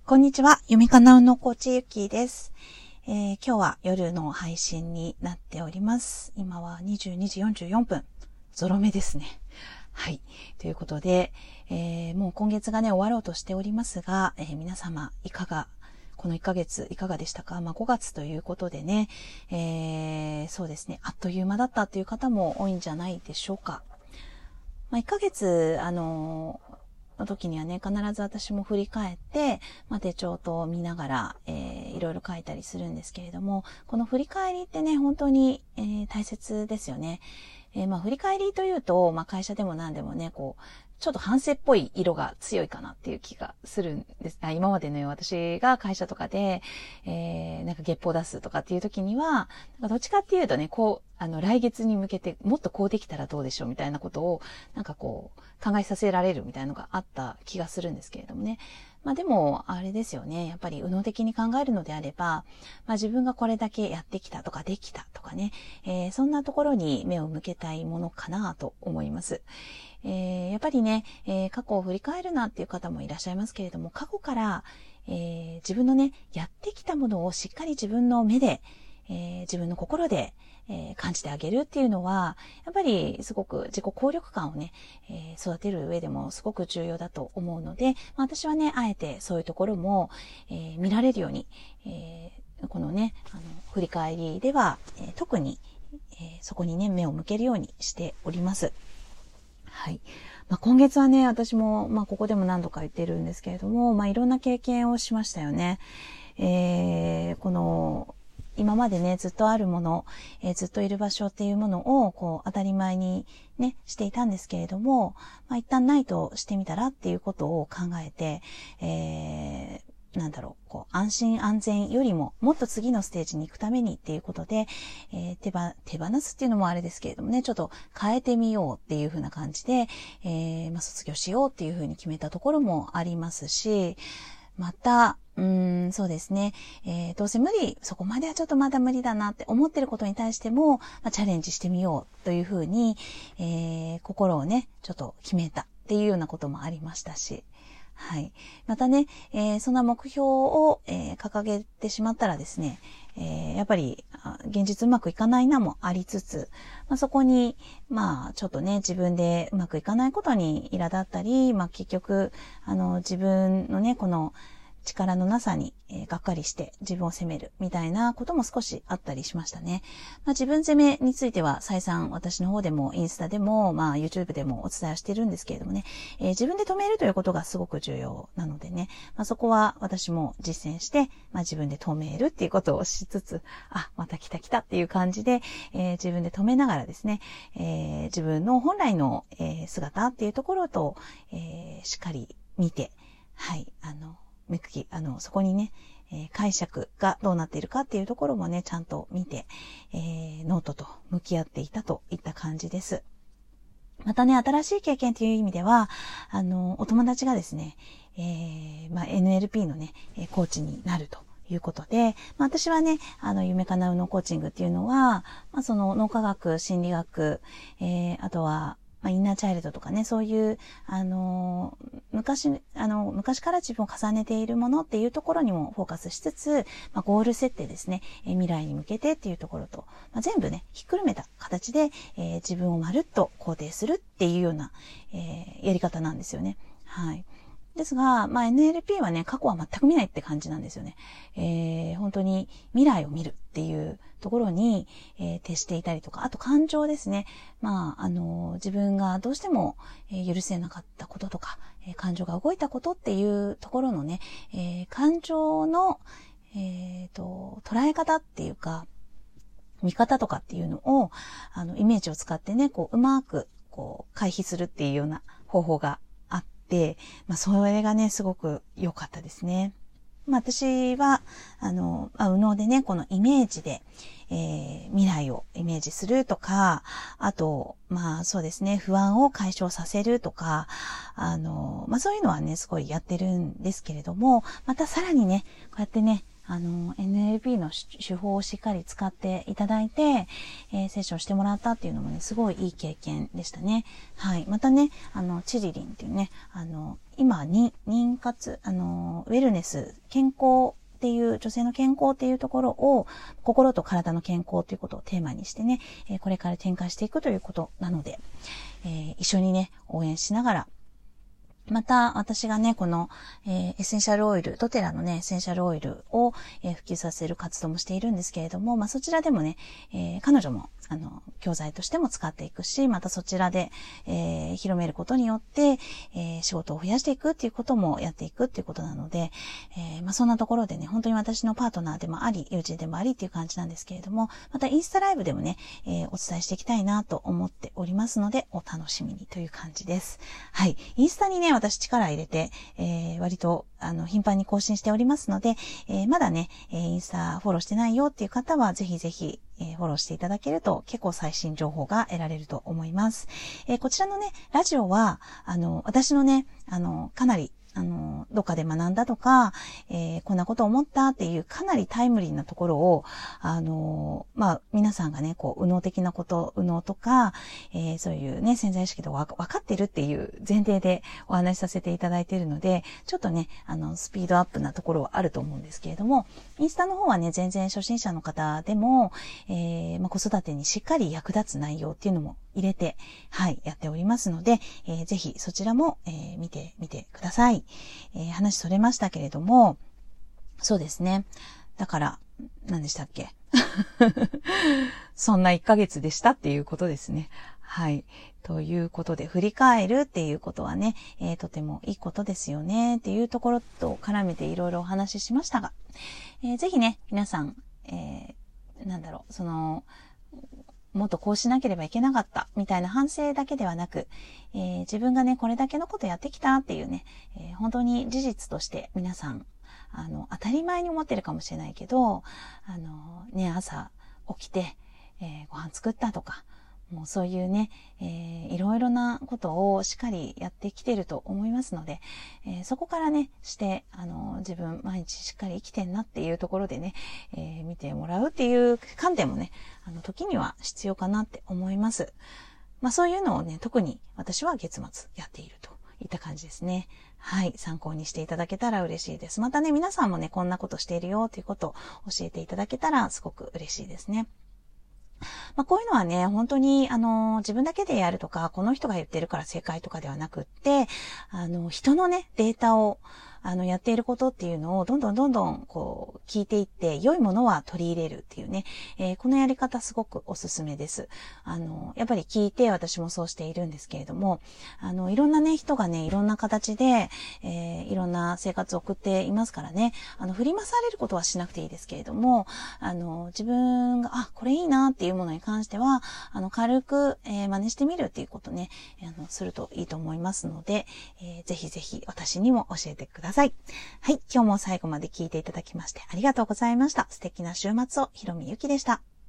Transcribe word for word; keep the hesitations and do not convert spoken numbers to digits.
こんにちは、ゆみかなうのコーチゆきです、えー。今日は夜の配信になっております。今はにじゅうにじよんじゅうよんぷん。ゾロ目ですね。はい。ということで、えー、もう今月がね、終わろうとしておりますが、えー、皆様、いかが、このいっかげついかがでしたか？まあ、ごがつということでね、えー、そうですね、あっという間だったという方も多いんじゃないでしょうか。まあ、いっかげつ、あのー、の時にはね、必ず私も振り返って、まあ、手帳と見ながら、えー、いろいろ書いたりするんですけれども、この振り返りってね、本当に、えー、大切ですよね。えー、まあ、振り返りというと、まあ、会社でも何でもね、こう、ちょっと反省っぽい色が強いかなっていう気がするんです。あ、今までね、私が会社とかで、えー、なんか月報出すとかっていう時には、どっちかっていうとね、こう、あの、来月に向けてもっとこうできたらどうでしょうみたいなことを、なんかこう、考えさせられるみたいなのがあった気がするんですけれどもね。まあでも、あれですよね。やっぱり右脳的に考えるのであれば、まあ自分がこれだけやってきたとかできたとかね、えー、そんなところに目を向けたいものかなと思います。えー、やっぱりね、えー、過去を振り返るなっていう方もいらっしゃいますけれども、過去から、えー、自分のね、やってきたものをしっかり自分の目で、えー、自分の心で、えー、感じてあげるっていうのは、やっぱりすごく自己効力感をね、えー、育てる上でもすごく重要だと思うので、まあ、私はね、あえてそういうところも、えー、見られるように、えー、このね、あの、振り返りでは、えー、特に、えー、そこにね、目を向けるようにしております。はい。まあ、今月はね、私も、まあ、ここでも何度か言ってるんですけれども、まあ、いろんな経験をしましたよね。えー、この、今までね、ずっとあるもの、えー、ずっといる場所っていうものを、こう、当たり前にね、していたんですけれども、まあ、一旦ないとしてみたらっていうことを考えて、えー、なんだろう、こう、安心安全よりも、もっと次のステージに行くためにっていうことで、えー、手ば、手放すっていうのもあれですけれどもね、ちょっと変えてみようっていう風な感じで、えー、まあ、卒業しようっていう風に決めたところもありますし、また、うーん、そうですね、えー、どうせ無理、そこまではちょっとまだ無理だなって思ってることに対しても、まあ、チャレンジしてみようという風に、えー、心をね、ちょっと決めたっていうようなこともありましたし、はい。またね、えー、そんな目標を、えー、掲げてしまったらですね、えー、やっぱり現実うまくいかないなもありつつ、まあ、そこに、まあ、ちょっとね、自分でうまくいかないことに苛立ったり、まあ、結局、あの、自分のね、この、力のなさに、えー、がっかりして自分を責めるみたいなことも少しあったりしましたね。まあ、自分責めについては再三私の方でもインスタでも、まあ、YouTube でもお伝えしてるんですけれどもね、えー、自分で止めるということがすごく重要なのでね、まあ、そこは私も実践して、まあ、自分で止めるっていうことをしつつ、あ、また来た来たっていう感じで、えー、自分で止めながらですね、えー、自分の本来の、えー、姿っていうところと、えー、しっかり見て、はい、あの、めくき、あの、そこにね、えー、解釈がどうなっているかっていうところもね、ちゃんと見て、えー、ノートと向き合っていたといった感じです。またね、新しい経験という意味では、あの、お友達がですね、えー、まあ、エヌエルピー のね、コーチになるということで、まあ、私はね、あの、夢かなうのコーチングっていうのは、まあ、その脳科学、心理学、えー、あとは、まあ、インナーチャイルドとかね、そういう、あの、昔、あの、昔から自分を重ねているものっていうところにもフォーカスしつつ、まあ、ゴール設定ですね、えー、未来に向けてっていうところと、まあ、全部ね、ひっくるめた形で、えー、自分をまるっと肯定するっていうような、えー、やり方なんですよね。はい。ですが、まあ、エヌエルピー はね、過去は全く見ないって感じなんですよね。えー、本当に未来を見るっていうところに、えー、徹していたりとか、あと感情ですね。まあ、あの、自分がどうしても、えー、許せなかったこととか、えー、感情が動いたことっていうところのね、えー、感情の、えーと、捉え方っていうか、見方とかっていうのを、あの、イメージを使ってね、こう、うまく、こう、回避するっていうような方法があって、まあ、それがね、すごく良かったですね。まあ、私は、あの、まあ、右脳でね、このイメージで、えー、未来をイメージするとか、あと、まあ、そうですね、不安を解消させるとか、あの、まあ、そういうのはね、すごいやってるんですけれども、またさらにね、こうやってね、 あの、エヌエルピー の手法をしっかり使っていただいて、えー、セッションしてもらったっていうのもね、すごいいい経験でしたね。はい。またね、あの、チリリンっていうね、あの、今に、妊活、あの、ウェルネス、健康、っていう女性の健康っていうところを心と体の健康ということをテーマにしてね、えー、これから展開していくということなので、えー、一緒にね応援しながら、また私がねこの、えー、エッセンシャルオイルドテラのねエッセンシャルオイルを、えー、普及させる活動もしているんですけれども、まあそちらでもね、えー、彼女もあの教材としても使っていくし、またそちらで、えー、広めることによって、えー、仕事を増やしていくっていうこともやっていくっていうことなので、えー、まあそんなところでね本当に私のパートナーでもあり友人でもありっていう感じなんですけれども、またインスタライブでもね、えー、お伝えしていきたいなと思っておりますので、お楽しみにという感じです。はい、インスタにね私力入れて、えー、割とあの頻繁に更新しておりますので、えー、まだね、えー、インスタフォローしてないよっていう方はぜひぜひえー、フォローしていただけると結構最新情報が得られると思います。えー、こちらのね、ラジオは、あの、私のね、あの、かなり、あの、どっかで学んだとか、えー、こんなこと思ったっていうかなりタイムリーなところを、あの、まあ、皆さんがね、こう、右脳的なこと、右脳とか、えー、そういうね、潜在意識とわかってるっていう前提でお話しさせていただいているので、ちょっとね、あの、スピードアップなところはあると思うんですけれども、インスタの方はね、全然初心者の方でも、えー、まあ、子育てにしっかり役立つ内容っていうのも入れて、はい、やっておりますので、えー、ぜひそちらも、えー、見てみてください。えー、話それましたけれども、そうですね。だから、何でしたっけそんないっかげつでしたっていうことですね。はい。ということで、振り返るっていうことはね、えー、とてもいいことですよねっていうところと絡めていろいろお話ししましたが、えー、ぜひね、皆さん、えー、なんだろう、その、もっとこうしなければいけなかったみたいな反省だけではなく、えー、自分がねこれだけのことやってきたっていうね、えー、本当に事実として皆さんあの当たり前に思ってるかもしれないけど、あのね朝起きて、えー、ご飯作ったとか、もうそういうね、えー、いろいろなことをしっかりやってきてると思いますので、えー、そこからねしてあの自分毎日しっかり生きてんなっていうところでね、えー、見てもらうっていう観点もねあの時には必要かなって思います。まあそういうのをね特に私は月末やっているといった感じですね。はい、参考にしていただけたら嬉しいです。またね皆さんもねこんなことしているよということを教えていただけたらすごく嬉しいですね。まあ、こういうのはね、本当に、あの、自分だけでやるとか、この人が言ってるから正解とかではなくって、あの、人のね、データを、あの、やっていることっていうのを、どんどんどんどん、こう、聞いていって、良いものは取り入れるっていうね、えー、このやり方すごくおすすめです。あの、やっぱり聞いて、私もそうしているんですけれども、あの、いろんなね、人がね、いろんな形で、えー、いろんな生活を送っていますからね、あの、振り回されることはしなくていいですけれども、あの、自分が、あ、これいいなっていうものに関しては、あの、軽く、えー、真似してみるっていうことね、あの、するといいと思いますので、えー、ぜひぜひ私にも教えてください。はい、今日も最後まで聞いていただきましてありがとうございました。素敵な週末を、ひろみゆきでした。